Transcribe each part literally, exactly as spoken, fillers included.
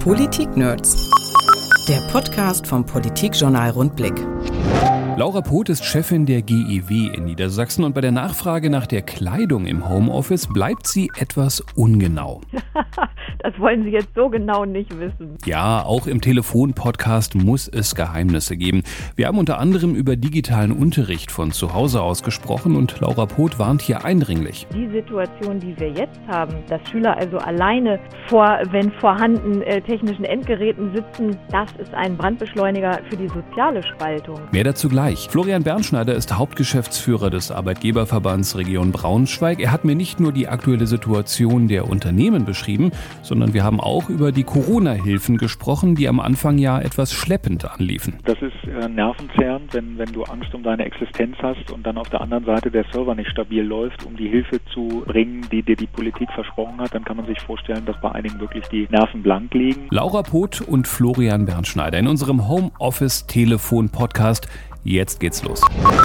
Politik-Nerds. Der Podcast vom Politikjournal Rundblick. Laura Poth ist Chefin der G E W in Niedersachsen und bei der Nachfrage nach der Kleidung im Homeoffice bleibt sie etwas ungenau. Das wollen Sie jetzt so genau nicht wissen. Ja, auch im Telefon-Podcast muss es Geheimnisse geben. Wir haben unter anderem über digitalen Unterricht von zu Hause aus gesprochen und Laura Poth warnt hier eindringlich. Die Situation, die wir jetzt haben, dass Schüler also alleine vor, wenn vorhanden, äh, technischen Endgeräten sitzen, das ist ein Brandbeschleuniger für die soziale Spaltung. Mehr dazu gleich. Florian Bernschneider ist Hauptgeschäftsführer des Arbeitgeberverbands Region Braunschweig. Er hat mir nicht nur die aktuelle Situation der Unternehmen beschrieben, sondern wir haben auch über die Corona-Hilfen gesprochen, die am Anfang ja etwas schleppend anliefen. Das ist äh, nervenzerrend, wenn, wenn du Angst um deine Existenz hast und dann auf der anderen Seite der Server nicht stabil läuft, um die Hilfe zu bringen, die dir die Politik versprochen hat, dann kann man sich vorstellen, dass bei einigen wirklich die Nerven blank liegen. Laura Poth und Florian Bernschneider in unserem Homeoffice-Telefon-Podcast. Jetzt geht's los.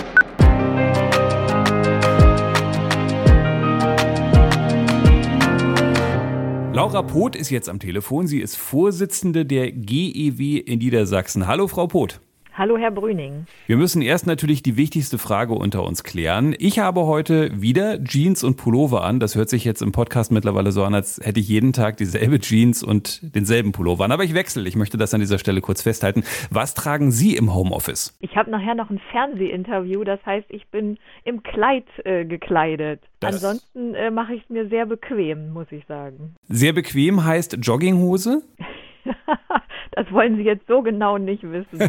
Laura Poth ist jetzt am Telefon. Sie ist Vorsitzende der G E W in Niedersachsen. Hallo, Frau Poth. Hallo, Herr Brüning. Wir müssen erst natürlich die wichtigste Frage unter uns klären. Ich habe heute wieder Jeans und Pullover an. Das hört sich jetzt im Podcast mittlerweile so an, als hätte ich jeden Tag dieselbe Jeans und denselben Pullover an. Aber ich wechsle. Ich möchte das an dieser Stelle kurz festhalten. Was tragen Sie im Homeoffice? Ich habe nachher noch ein Fernsehinterview. Das heißt, ich bin im Kleid äh, gekleidet. Das Ansonsten äh, mache ich es mir sehr bequem, muss ich sagen. Sehr bequem heißt Jogginghose? Das wollen Sie jetzt so genau nicht wissen.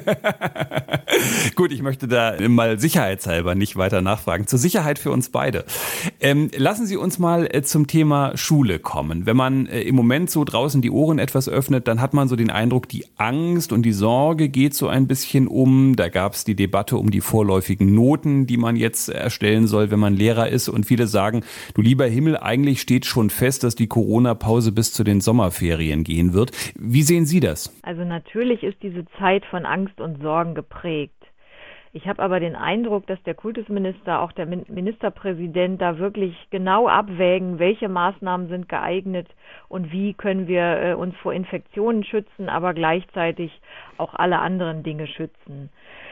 Gut, ich möchte da mal sicherheitshalber nicht weiter nachfragen. Zur Sicherheit für uns beide. Ähm, lassen Sie uns mal äh, zum Thema Schule kommen. Wenn man äh, im Moment so draußen die Ohren etwas öffnet, dann hat man so den Eindruck, die Angst und die Sorge geht so ein bisschen um. Da gab es die Debatte um die vorläufigen Noten, die man jetzt erstellen soll, wenn man Lehrer ist. Und viele sagen, du lieber Himmel, eigentlich steht schon fest, dass die Corona-Pause bis zu den Sommerferien gehen wird. Wie sehen Sie das? Also natürlich ist diese Zeit von Angst und Sorgen geprägt. Ich habe aber den Eindruck, dass der Kultusminister, auch der Ministerpräsident da wirklich genau abwägen, welche Maßnahmen sind geeignet und wie können wir äh, uns vor Infektionen schützen, aber gleichzeitig auch alle anderen Dinge schützen.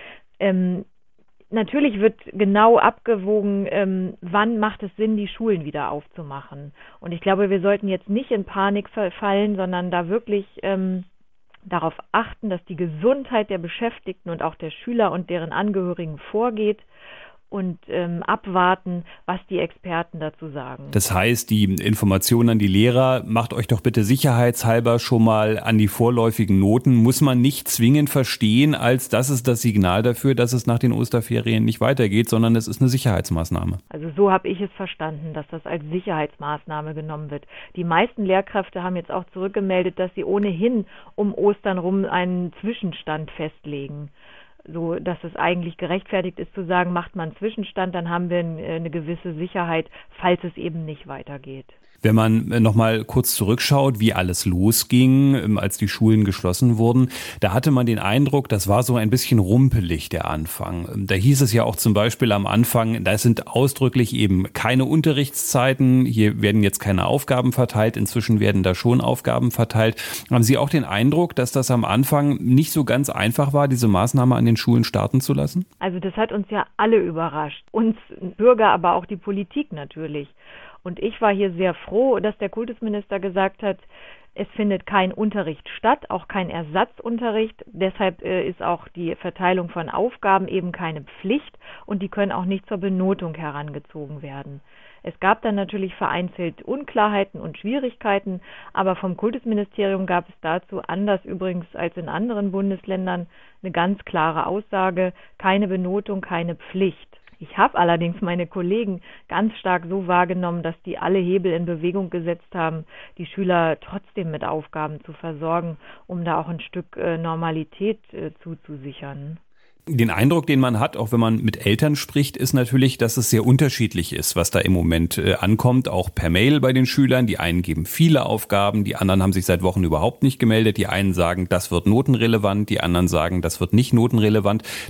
Ähm, Natürlich wird genau abgewogen, ähm, wann macht es Sinn, die Schulen wieder aufzumachen. Und ich glaube, wir sollten jetzt nicht in Panik verfallen, sondern da wirklich ähm, darauf achten, dass die Gesundheit der Beschäftigten und auch der Schüler und deren Angehörigen vorgeht und ähm, abwarten, was die Experten dazu sagen. Das heißt, die Informationen an die Lehrer, macht euch doch bitte sicherheitshalber schon mal an die vorläufigen Noten, muss man nicht zwingend verstehen, als das ist das Signal dafür, dass es nach den Osterferien nicht weitergeht, sondern es ist eine Sicherheitsmaßnahme. Also so habe ich es verstanden, dass das als Sicherheitsmaßnahme genommen wird. Die meisten Lehrkräfte haben jetzt auch zurückgemeldet, dass sie ohnehin um Ostern rum einen Zwischenstand festlegen. So, dass es eigentlich gerechtfertigt ist zu sagen, macht man einen Zwischenstand, dann haben wir eine gewisse Sicherheit, falls es eben nicht weitergeht. Wenn man noch mal kurz zurückschaut, wie alles losging, als die Schulen geschlossen wurden, da hatte man den Eindruck, das war so ein bisschen rumpelig, der Anfang. Da hieß es ja auch zum Beispiel am Anfang, da sind ausdrücklich eben keine Unterrichtszeiten, hier werden jetzt keine Aufgaben verteilt, inzwischen werden da schon Aufgaben verteilt. Haben Sie auch den Eindruck, dass das am Anfang nicht so ganz einfach war, diese Maßnahme an den Schulen starten zu lassen? Also das hat uns ja alle überrascht, uns Bürger, aber auch die Politik natürlich. Und ich war hier sehr froh, dass der Kultusminister gesagt hat, es findet kein Unterricht statt, auch kein Ersatzunterricht. Deshalb äh, ist auch die Verteilung von Aufgaben eben keine Pflicht und die können auch nicht zur Benotung herangezogen werden. Es gab dann natürlich vereinzelt Unklarheiten und Schwierigkeiten, aber vom Kultusministerium gab es dazu, anders übrigens als in anderen Bundesländern, eine ganz klare Aussage, keine Benotung, keine Pflicht. Ich habe allerdings meine Kollegen ganz stark so wahrgenommen, dass die alle Hebel in Bewegung gesetzt haben, die Schüler trotzdem mit Aufgaben zu versorgen, um da auch ein Stück äh, Normalität äh, zuzusichern. Den Eindruck, den man hat, auch wenn man mit Eltern spricht, ist natürlich, dass es sehr unterschiedlich ist, was da im Moment äh, ankommt, auch per Mail bei den Schülern. Die einen geben viele Aufgaben, die anderen haben sich seit Wochen überhaupt nicht gemeldet. Die einen sagen, das wird notenrelevant, die anderen sagen, das wird nicht notenrelevant. Da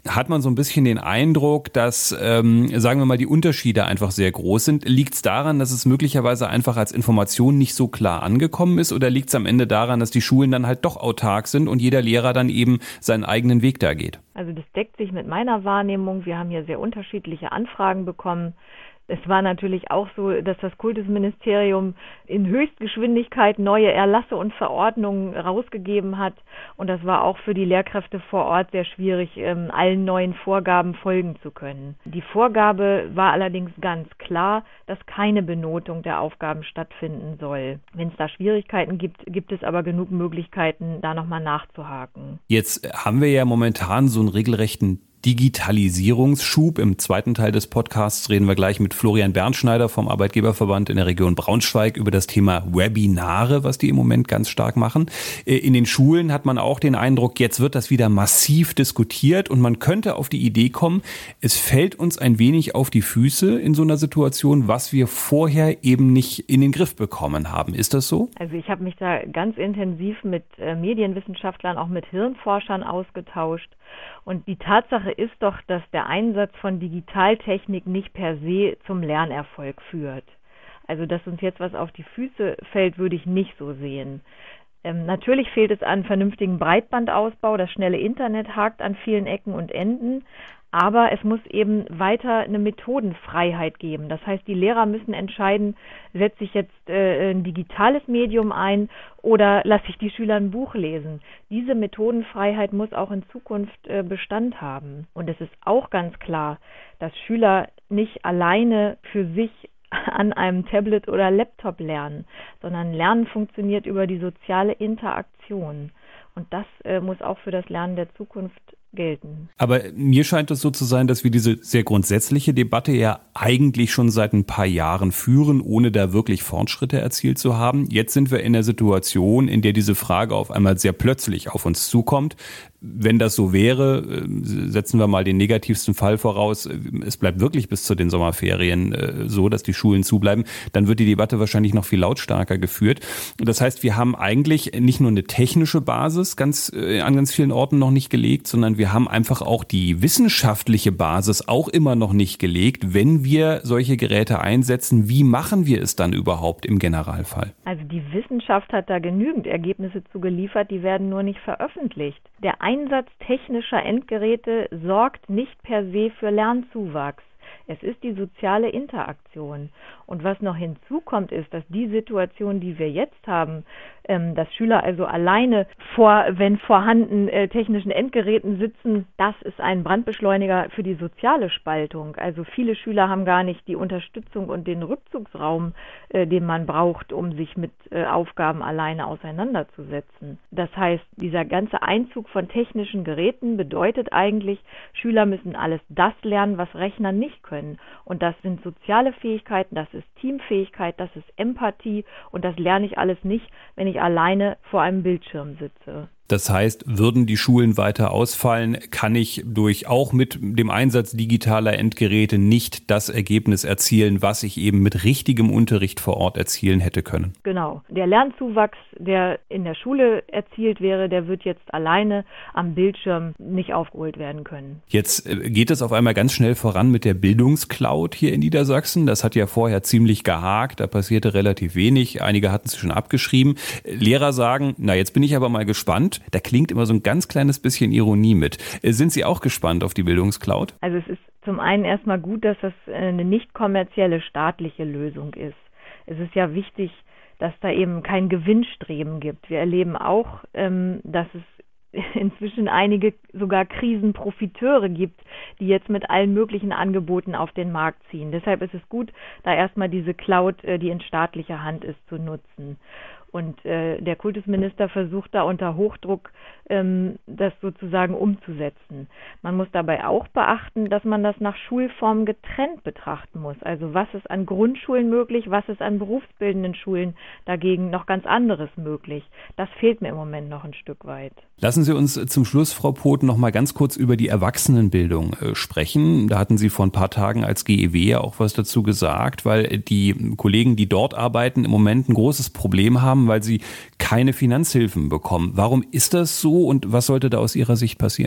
hat man so ein bisschen den Eindruck, dass, ähm, sagen wir mal, die Unterschiede einfach sehr groß sind. Liegt es daran, dass es möglicherweise einfach als Information nicht so klar angekommen ist, oder liegt es am Ende daran, dass die Schulen dann halt doch autark sind und jeder Lehrer dann eben seinen eigenen Weg da geht? Also das deckt sich mit meiner Wahrnehmung. Wir haben hier sehr unterschiedliche Anfragen bekommen. Es war natürlich auch so, dass das Kultusministerium in Höchstgeschwindigkeit neue Erlasse und Verordnungen rausgegeben hat. Und das war auch für die Lehrkräfte vor Ort sehr schwierig, allen neuen Vorgaben folgen zu können. Die Vorgabe war allerdings ganz klar, dass keine Benotung der Aufgaben stattfinden soll. Wenn es da Schwierigkeiten gibt, gibt es aber genug Möglichkeiten, da nochmal nachzuhaken. Jetzt haben wir ja momentan so einen regelrechten Digitalisierungsschub. Im zweiten Teil des Podcasts reden wir gleich mit Florian Bernschneider vom Arbeitgeberverband in der Region Braunschweig über das Thema Webinare, was die im Moment ganz stark machen. In den Schulen hat man auch den Eindruck, jetzt wird das wieder massiv diskutiert und man könnte auf die Idee kommen, es fällt uns ein wenig auf die Füße in so einer Situation, was wir vorher eben nicht in den Griff bekommen haben. Ist das so? Also ich habe mich da ganz intensiv mit äh, Medienwissenschaftlern, auch mit Hirnforschern ausgetauscht. Und die Tatsache ist doch, dass der Einsatz von Digitaltechnik nicht per se zum Lernerfolg führt. Also, dass uns jetzt was auf die Füße fällt, würde ich nicht so sehen. Ähm, natürlich fehlt es an vernünftigem Breitbandausbau. Das schnelle Internet hakt an vielen Ecken und Enden. Aber es muss eben weiter eine Methodenfreiheit geben. Das heißt, die Lehrer müssen entscheiden, setze ich jetzt äh, ein digitales Medium ein oder lasse ich die Schüler ein Buch lesen. Diese Methodenfreiheit muss auch in Zukunft äh, Bestand haben. Und es ist auch ganz klar, dass Schüler nicht alleine für sich an einem Tablet oder Laptop lernen, sondern Lernen funktioniert über die soziale Interaktion. Und das äh, muss auch für das Lernen der Zukunft gelten. Aber mir scheint es so zu sein, dass wir diese sehr grundsätzliche Debatte ja eigentlich schon seit ein paar Jahren führen, ohne da wirklich Fortschritte erzielt zu haben. Jetzt sind wir in der Situation, in der diese Frage auf einmal sehr plötzlich auf uns zukommt. Wenn das so wäre, setzen wir mal den negativsten Fall voraus, es bleibt wirklich bis zu den Sommerferien so, dass die Schulen zubleiben, dann wird die Debatte wahrscheinlich noch viel lautstarker geführt. Das heißt, wir haben eigentlich nicht nur eine technische Basis ganz an ganz vielen Orten noch nicht gelegt, sondern wir haben einfach auch die wissenschaftliche Basis auch immer noch nicht gelegt. Wenn wir solche Geräte einsetzen, wie machen wir es dann überhaupt im Generalfall? Also die Wissenschaft hat da genügend Ergebnisse zu geliefert, die werden nur nicht veröffentlicht. Der Einsatz technischer Endgeräte sorgt nicht per se für Lernzuwachs. Es ist die soziale Interaktion. Und was noch hinzukommt, ist, dass die Situation, die wir jetzt haben, ähm, dass Schüler also alleine vor, wenn vorhanden, äh, technischen Endgeräten sitzen, das ist ein Brandbeschleuniger für die soziale Spaltung. Also viele Schüler haben gar nicht die Unterstützung und den Rückzugsraum, äh, den man braucht, um sich mit äh, Aufgaben alleine auseinanderzusetzen. Das heißt, dieser ganze Einzug von technischen Geräten bedeutet eigentlich, Schüler müssen alles das lernen, was Rechner nicht können. Und das sind soziale Fähigkeiten, das ist Teamfähigkeit, das ist Empathie und das lerne ich alles nicht, wenn ich alleine vor einem Bildschirm sitze. Das heißt, würden die Schulen weiter ausfallen, kann ich durch auch mit dem Einsatz digitaler Endgeräte nicht das Ergebnis erzielen, was ich eben mit richtigem Unterricht vor Ort erzielen hätte können. Genau. Der Lernzuwachs, der in der Schule erzielt wäre, der wird jetzt alleine am Bildschirm nicht aufgeholt werden können. Jetzt geht es auf einmal ganz schnell voran mit der Bildungscloud hier in Niedersachsen. Das hat ja vorher ziemlich gehakt, da passierte relativ wenig. Einige hatten es schon abgeschrieben. Lehrer sagen, na jetzt bin ich aber mal gespannt. Da klingt immer so ein ganz kleines bisschen Ironie mit. Sind Sie auch gespannt auf die Bildungscloud? Also es ist zum einen erstmal gut, dass das eine nicht kommerzielle staatliche Lösung ist. Es ist ja wichtig, dass da eben kein Gewinnstreben gibt. Wir erleben auch, dass es inzwischen einige sogar Krisenprofiteure gibt, die jetzt mit allen möglichen Angeboten auf den Markt ziehen. Deshalb ist es gut, da erstmal diese Cloud, die in staatlicher Hand ist, zu nutzen. Und äh, der Kultusminister versucht da unter Hochdruck, ähm, das sozusagen umzusetzen. Man muss dabei auch beachten, dass man das nach Schulform getrennt betrachten muss. Also was ist an Grundschulen möglich, was ist an berufsbildenden Schulen dagegen noch ganz anderes möglich. Das fehlt mir im Moment noch ein Stück weit. Lassen Sie uns zum Schluss, Frau Poth, noch mal ganz kurz über die Erwachsenenbildung äh, sprechen. Da hatten Sie vor ein paar Tagen als G E W ja auch was dazu gesagt, weil die Kollegen, die dort arbeiten, im Moment ein großes Problem haben, weil sie keine Finanzhilfen bekommen. Warum ist das so und was sollte da aus Ihrer Sicht passieren? Also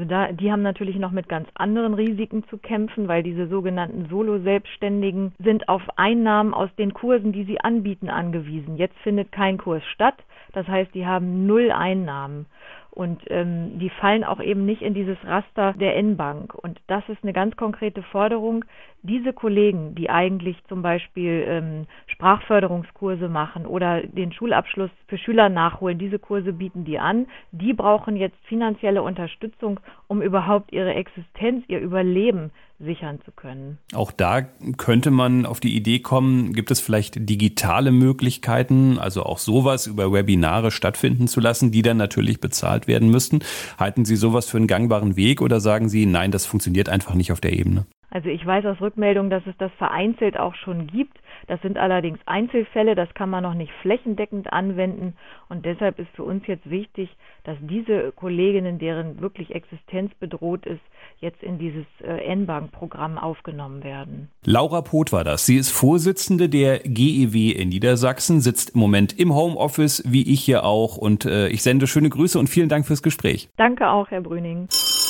Also da, die haben natürlich noch mit ganz anderen Risiken zu kämpfen, weil diese sogenannten Solo-Selbstständigen sind auf Einnahmen aus den Kursen, die sie anbieten, angewiesen. Jetzt findet kein Kurs statt, das heißt, die haben null Einnahmen. Und ähm, die fallen auch eben nicht in dieses Raster der N-Bank. Und das ist eine ganz konkrete Forderung. Diese Kollegen, die eigentlich zum Beispiel ähm, Sprachförderungskurse machen oder den Schulabschluss für Schüler nachholen, diese Kurse bieten die an, die brauchen jetzt finanzielle Unterstützung, um überhaupt ihre Existenz, ihr Überleben sichern zu können. Auch da könnte man auf die Idee kommen, gibt es vielleicht digitale Möglichkeiten, also auch sowas über Webinare stattfinden zu lassen, die dann natürlich bezahlt werden müssten. Halten Sie sowas für einen gangbaren Weg oder sagen Sie, nein, das funktioniert einfach nicht auf der Ebene? Also ich weiß aus Rückmeldungen, dass es das vereinzelt auch schon gibt. Das sind allerdings Einzelfälle, das kann man noch nicht flächendeckend anwenden. Und deshalb ist für uns jetzt wichtig, dass diese Kolleginnen, deren wirklich Existenz bedroht ist, jetzt in dieses äh, N-Bank-Programm aufgenommen werden. Laura Poth war das. Sie ist Vorsitzende der G E W in Niedersachsen, sitzt im Moment im Homeoffice, wie ich hier auch. Und äh, ich sende schöne Grüße und vielen Dank fürs Gespräch. Danke auch, Herr Brüning.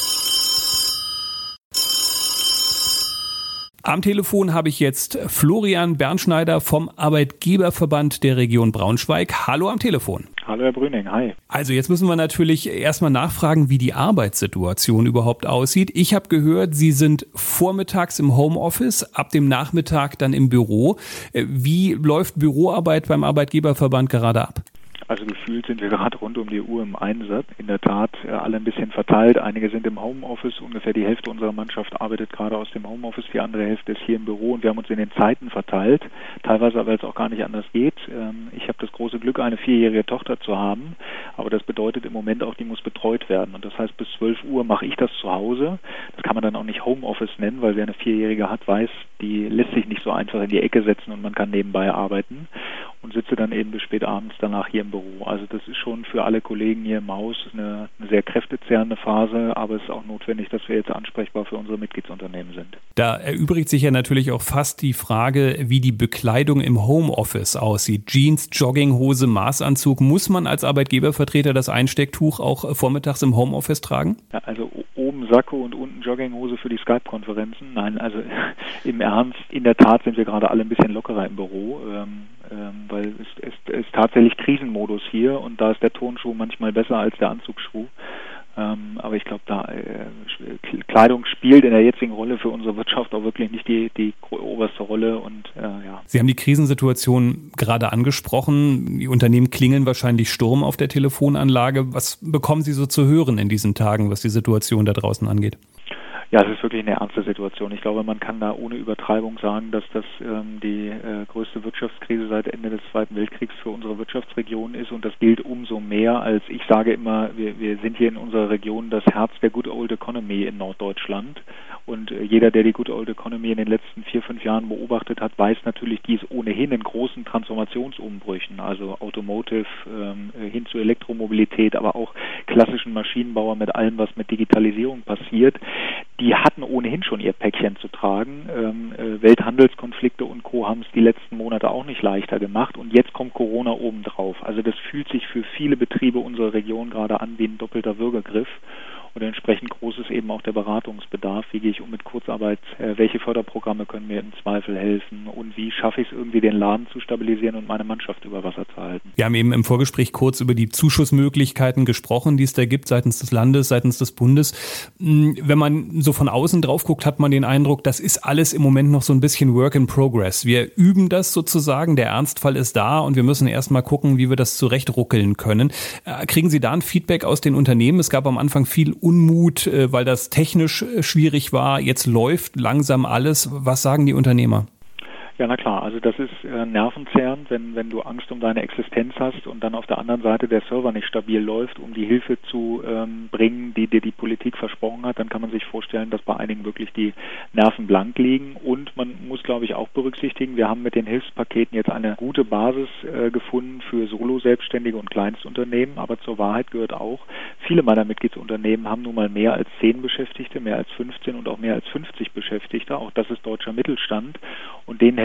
Am Telefon habe ich jetzt Florian Bernschneider vom Arbeitgeberverband der Region Braunschweig. Hallo am Telefon. Hallo Herr Brüning, hi. Also jetzt müssen wir natürlich erstmal nachfragen, wie die Arbeitssituation überhaupt aussieht. Ich habe gehört, Sie sind vormittags im Homeoffice, ab dem Nachmittag dann im Büro. Wie läuft Büroarbeit beim Arbeitgeberverband gerade ab? Also gefühlt sind wir gerade rund um die Uhr im Einsatz. In der Tat äh, alle ein bisschen verteilt. Einige sind im Homeoffice. Ungefähr die Hälfte unserer Mannschaft arbeitet gerade aus dem Homeoffice. Die andere Hälfte ist hier im Büro. Und wir haben uns in den Zeiten verteilt. Teilweise aber, weil es auch gar nicht anders geht. Ähm, ich habe das große Glück, eine vierjährige Tochter zu haben. Aber das bedeutet im Moment auch, die muss betreut werden. Und das heißt, bis zwölf Uhr mache ich das zu Hause. Das kann man dann auch nicht Homeoffice nennen, weil wer eine Vierjährige hat, weiß, die lässt sich nicht so einfach in die Ecke setzen und man kann nebenbei arbeiten. Und sitze dann eben bis spät abends danach hier im Büro. Also das ist schon für alle Kollegen hier im Haus eine, eine sehr kräftezehrende Phase, aber es ist auch notwendig, dass wir jetzt ansprechbar für unsere Mitgliedsunternehmen sind. Da erübrigt sich ja natürlich auch fast die Frage, wie die Bekleidung im Homeoffice aussieht. Jeans, Jogginghose, Maßanzug. Muss man als Arbeitgebervertreter das Einstecktuch auch vormittags im Homeoffice tragen? Ja, also oben Sakko und unten Jogginghose für die Skype-Konferenzen. Nein, also im Ernst, in der Tat sind wir gerade alle ein bisschen lockerer im Büro. Ähm, weil es ist, ist tatsächlich Krisenmodus hier und da ist der Turnschuh manchmal besser als der Anzugsschuh. Ähm, aber ich glaube, da äh, Kleidung spielt in der jetzigen Rolle für unsere Wirtschaft auch wirklich nicht die, die oberste Rolle. Und äh, ja. Sie haben die Krisensituation gerade angesprochen. Die Unternehmen klingeln wahrscheinlich Sturm auf der Telefonanlage. Was bekommen Sie so zu hören in diesen Tagen, was die Situation da draußen angeht? Ja, es ist wirklich eine ernste Situation. Ich glaube, man kann da ohne Übertreibung sagen, dass das ähm, die äh, größte Wirtschaftskrise seit Ende des Zweiten Weltkriegs für unsere Wirtschaftsregion ist. Und das gilt umso mehr, als ich sage immer, wir, wir sind hier in unserer Region das Herz der Good Old Economy in Norddeutschland. Und äh, jeder, der die Good Old Economy in den letzten vier, fünf Jahren beobachtet hat, weiß natürlich, die ist ohnehin in großen Transformationsumbrüchen, also Automotive ähm, hin zu Elektromobilität, aber auch klassischen Maschinenbauer mit allem, was mit Digitalisierung passiert. Die hatten ohnehin schon ihr Päckchen zu tragen. Ähm, äh, Welthandelskonflikte und Co. haben es die letzten Monate auch nicht leichter gemacht. Und jetzt kommt Corona obendrauf. Also das fühlt sich für viele Betriebe unserer Region gerade an wie ein doppelter Würgegriff. Und entsprechend groß ist eben auch der Beratungsbedarf. Wie gehe ich um mit Kurzarbeit? Äh, welche Förderprogramme können mir im Zweifel helfen? Und wie schaffe ich es irgendwie, den Laden zu stabilisieren und meine Mannschaft über Wasser zu halten? Wir haben eben im Vorgespräch kurz über die Zuschussmöglichkeiten gesprochen, die es da gibt seitens des Landes, seitens des Bundes. Wenn man so von außen drauf guckt, hat man den Eindruck, das ist alles im Moment noch so ein bisschen Work in Progress. Wir üben das sozusagen, der Ernstfall ist da und wir müssen erst mal gucken, wie wir das zurechtruckeln können. Kriegen Sie da ein Feedback aus den Unternehmen? Es gab am Anfang viel Unmut, weil das technisch schwierig war. Jetzt läuft langsam alles. Was sagen die Unternehmer? Ja, na klar, also das ist äh, nervenzehrend, wenn, wenn du Angst um deine Existenz hast und dann auf der anderen Seite der Server nicht stabil läuft, um die Hilfe zu ähm, bringen, die dir die Politik versprochen hat, dann kann man sich vorstellen, dass bei einigen wirklich die Nerven blank liegen. Und man muss, glaube ich, auch berücksichtigen, wir haben mit den Hilfspaketen jetzt eine gute Basis äh, gefunden für Solo-Selbstständige und Kleinstunternehmen, aber zur Wahrheit gehört auch, viele meiner Mitgliedsunternehmen haben nun mal mehr als zehn Beschäftigte, mehr als fünfzehn und auch mehr als fünfzig Beschäftigte. Auch das ist deutscher Mittelstand und denen helfen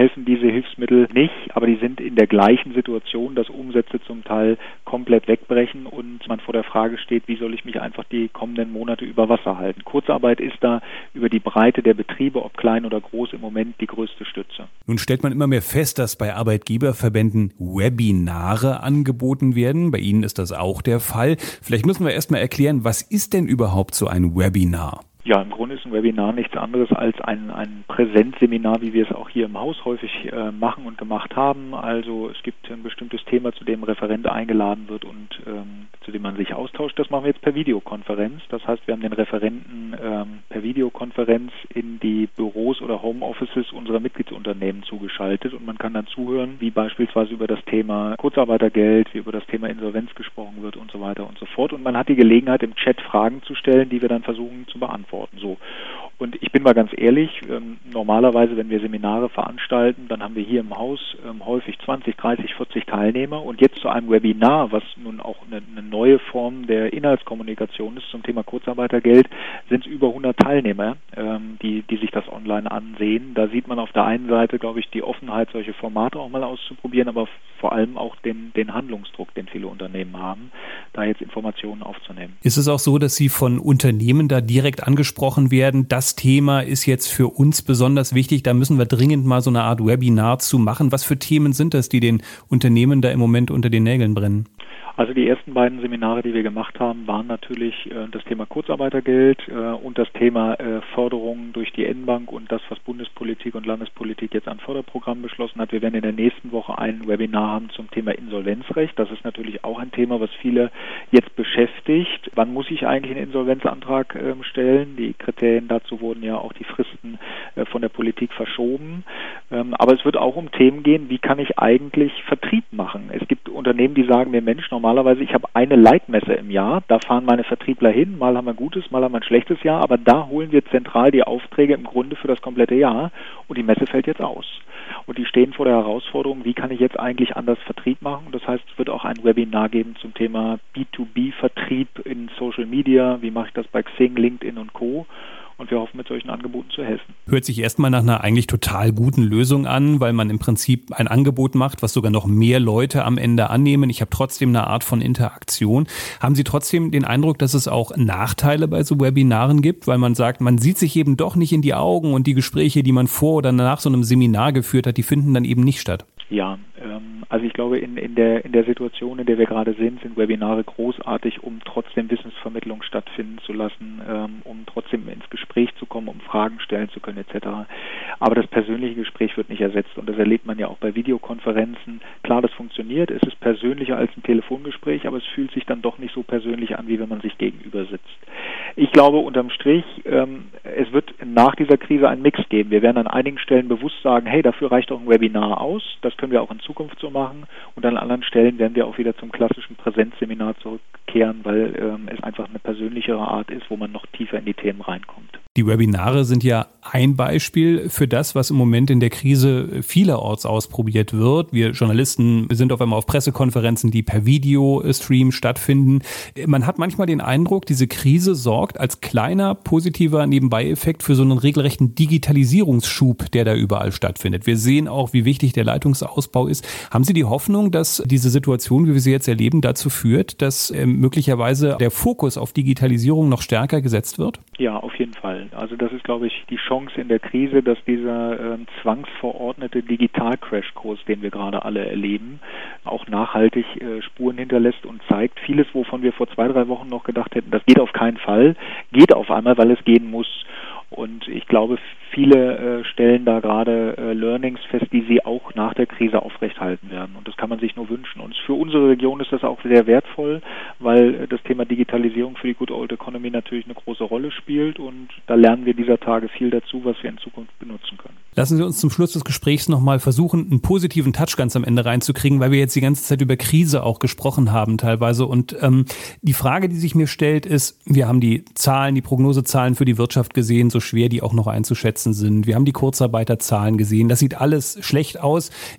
helfen diese Hilfsmittel nicht, aber die sind in der gleichen Situation, dass Umsätze zum Teil komplett wegbrechen und man vor der Frage steht, wie soll ich mich einfach die kommenden Monate über Wasser halten. Kurzarbeit ist da über die Breite der Betriebe, ob klein oder groß, im Moment die größte Stütze. Nun stellt man immer mehr fest, dass bei Arbeitgeberverbänden Webinare angeboten werden. Bei Ihnen ist das auch der Fall. Vielleicht müssen wir erstmal erklären, was ist denn überhaupt so ein Webinar? Ja, im Grunde ist ein Webinar nichts anderes als ein, ein Präsenzseminar, wie wir es auch hier im Haus häufig äh, machen und gemacht haben. Also es gibt ein bestimmtes Thema, zu dem ein Referent eingeladen wird und ähm, zu dem man sich austauscht. Das machen wir jetzt per Videokonferenz. Das heißt, wir haben den Referenten ähm, per Videokonferenz in die Büros oder Homeoffices unserer Mitgliedsunternehmen zugeschaltet und man kann dann zuhören, wie beispielsweise über das Thema Kurzarbeitergeld, wie über das Thema Insolvenz gesprochen wird und so weiter und so fort. Und man hat die Gelegenheit, im Chat Fragen zu stellen, die wir dann versuchen zu beantworten. So. Und ich bin mal ganz ehrlich, ähm, normalerweise, wenn wir Seminare veranstalten, dann haben wir hier im Haus ähm, häufig zwanzig, dreißig, vierzig Teilnehmer und jetzt zu einem Webinar, was nun auch eine, eine neue Form der Inhaltskommunikation ist zum Thema Kurzarbeitergeld, sind es über hundert Teilnehmer, ähm, die, die sich das online ansehen. Da sieht man auf der einen Seite, glaube ich, die Offenheit, solche Formate auch mal auszuprobieren, aber vor allem auch den, den Handlungsdruck, den viele Unternehmen haben, da jetzt Informationen aufzunehmen. Ist es auch so, dass Sie von Unternehmen da direkt angesprochen werden, das Thema ist jetzt für uns besonders wichtig, da müssen wir dringend mal so eine Art Webinar zu machen? Was für Themen sind das, die den Unternehmen da im Moment unter den Nägeln brennen? Also die ersten beiden Seminare, die wir gemacht haben, waren natürlich äh, das Thema Kurzarbeitergeld äh, und das Thema äh, Förderung durch die N-Bank und das, was Bundespolitik und Landespolitik jetzt an Förderprogrammen beschlossen hat. Wir werden in der nächsten Woche ein Webinar haben zum Thema Insolvenzrecht. Das ist natürlich auch ein Thema, was viele jetzt beschäftigt. Wann muss ich eigentlich einen Insolvenzantrag äh, stellen? Die Kriterien dazu wurden ja auch die Fristen äh, von der Politik verschoben. Ähm, aber es wird auch um Themen gehen, wie kann ich eigentlich Vertrieb machen? Es gibt Unternehmen, die sagen mir, Mensch, normalerweise, ich habe eine Leitmesse im Jahr, da fahren meine Vertriebler hin, mal haben wir ein gutes, mal haben wir ein schlechtes Jahr, aber da holen wir zentral die Aufträge im Grunde für das komplette Jahr und die Messe fällt jetzt aus. Und die stehen vor der Herausforderung, wie kann ich jetzt eigentlich anders Vertrieb machen? Und das heißt, es wird auch ein Webinar geben zum Thema B zwei B-Vertrieb in Social Media, wie mache ich das bei Xing, LinkedIn und Co., und wir hoffen, mit solchen Angeboten zu helfen. Hört sich erstmal nach einer eigentlich total guten Lösung an, weil man im Prinzip ein Angebot macht, was sogar noch mehr Leute am Ende annehmen. Ich habe trotzdem eine Art von Interaktion. Haben Sie trotzdem den Eindruck, dass es auch Nachteile bei so Webinaren gibt, weil man sagt, man sieht sich eben doch nicht in die Augen und die Gespräche, die man vor oder nach so einem Seminar geführt hat, die finden dann eben nicht statt? Ja, ähm, also ich glaube, in, in der in der Situation, in der wir gerade sind, sind Webinare großartig, um trotzdem Wissensvermittlung stattfinden zu lassen, ähm, um trotzdem ins Gespräch zu kommen, um Fragen stellen zu können et cetera. Aber das persönliche Gespräch wird nicht ersetzt und das erlebt man ja auch bei Videokonferenzen. Klar, das funktioniert, es ist persönlicher als ein Telefongespräch, aber es fühlt sich dann doch nicht so persönlich an, wie wenn man sich gegenüber sitzt. Ich glaube, unterm Strich, ähm, es wird nach dieser Krise einen Mix geben. Wir werden an einigen Stellen bewusst sagen, hey, dafür reicht auch ein Webinar aus, das können wir auch in Zukunft so machen und an anderen Stellen werden wir auch wieder zum klassischen Präsenzseminar zurückkehren, weil ähm, es einfach eine persönlichere Art ist, wo man noch tiefer in die Themen reinkommt. Die Webinare sind ja ein Beispiel für das, was im Moment in der Krise vielerorts ausprobiert wird. Wir Journalisten sind auf einmal auf Pressekonferenzen, die per Videostream stattfinden. Man hat manchmal den Eindruck, diese Krise sorgt als kleiner positiver Nebenbei-Effekt für so einen regelrechten Digitalisierungsschub, der da überall stattfindet. Wir sehen auch, wie wichtig der Leitungsausbau ist. Haben Sie die Hoffnung, dass diese Situation, wie wir sie jetzt erleben, dazu führt, dass äh, möglicherweise der Fokus auf Digitalisierung noch stärker gesetzt wird? Ja, auf jeden Fall. Also das ist, glaube ich, die Chance in der Krise, dass dieser äh, zwangsverordnete Digital-Crashkurs, den wir gerade alle erleben, auch nachhaltig äh, Spuren hinterlässt und zeigt, vieles, wovon wir vor zwei, drei Wochen noch gedacht hätten, das geht auf keinen Fall, geht auf einmal, weil es gehen muss. Und ich glaube, viele äh, stellen da gerade äh, Learnings fest, die sie auch nach der Krise aufrechthalten werden. Und das kann man sich nur wünschen. Und für unsere Region ist das auch sehr wertvoll, weil äh, das Thema Digitalisierung für die Good Old Economy natürlich eine große Rolle spielt. Und da lernen wir dieser Tage viel dazu, was wir in Zukunft benutzen können. Lassen Sie uns zum Schluss des Gesprächs nochmal versuchen, einen positiven Touch ganz am Ende reinzukriegen, weil wir jetzt die ganze Zeit über Krise auch gesprochen haben teilweise. Und ähm, die Frage, die sich mir stellt, ist, wir haben die Zahlen, die Prognosezahlen für die Wirtschaft gesehen, so schwer die auch noch einzuschätzen sind. Wir haben die Kurzarbeiterzahlen gesehen. Das sieht alles schlecht aus.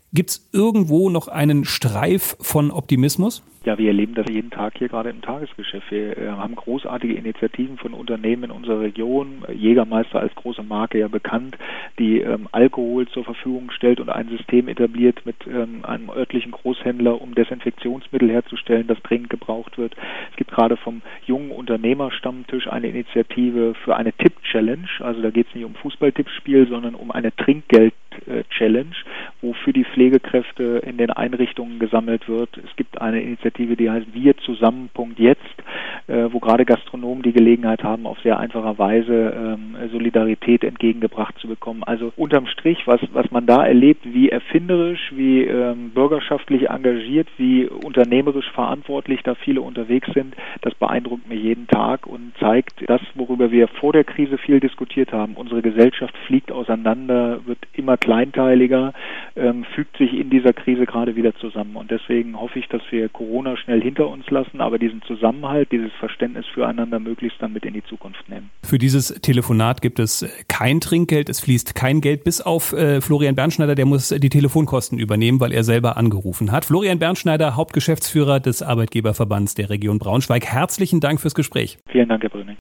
Gibt es irgendwo noch einen Streif von Optimismus? Ja, wir erleben das jeden Tag hier gerade im Tagesgeschäft. Wir äh, haben großartige Initiativen von Unternehmen in unserer Region. Jägermeister als große Marke ja bekannt, die ähm, Alkohol zur Verfügung stellt und ein System etabliert mit ähm, einem örtlichen Großhändler, um Desinfektionsmittel herzustellen, das dringend gebraucht wird. Es gibt gerade vom jungen Unternehmerstammtisch eine Initiative für eine Tipp-Challenge. Also da geht es nicht um Fußballtippspiel, sondern um eine Trinkgeld-Challenge, wo für die Pflegekräfte in den Einrichtungen gesammelt wird. Es gibt eine Initiative, die heißt Wir zusammen. Jetzt, äh, wo gerade Gastronomen die Gelegenheit haben, auf sehr einfacher Weise ähm, Solidarität entgegengebracht zu bekommen. Also unterm Strich, was, was man da erlebt, wie erfinderisch, wie ähm, bürgerschaftlich engagiert, wie unternehmerisch verantwortlich da viele unterwegs sind, das beeindruckt mich jeden Tag und zeigt das, worüber wir vor der Krise viel diskutiert haben. Unsere Gesellschaft fliegt auseinander, wird immer kleinteiliger, ähm, fügt sich in dieser Krise gerade wieder zusammen. Und deswegen hoffe ich, dass wir Corona schnell hinter uns lassen, aber diesen Zusammenhalt, dieses Verständnis füreinander möglichst dann mit in die Zukunft nehmen. Für dieses Telefonat gibt es kein Trinkgeld, es fließt kein Geld, bis auf äh, Florian Bernschneider, der muss die Telefonkosten übernehmen, weil er selber angerufen hat. Florian Bernschneider, Hauptgeschäftsführer des Arbeitgeberverbands der Region Braunschweig. Herzlichen Dank fürs Gespräch. Vielen Dank, Herr Brüning.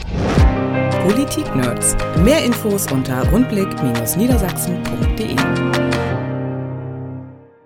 Politik-Nerds. Mehr Infos unter rundblick Bindestrich niedersachsen punkt de.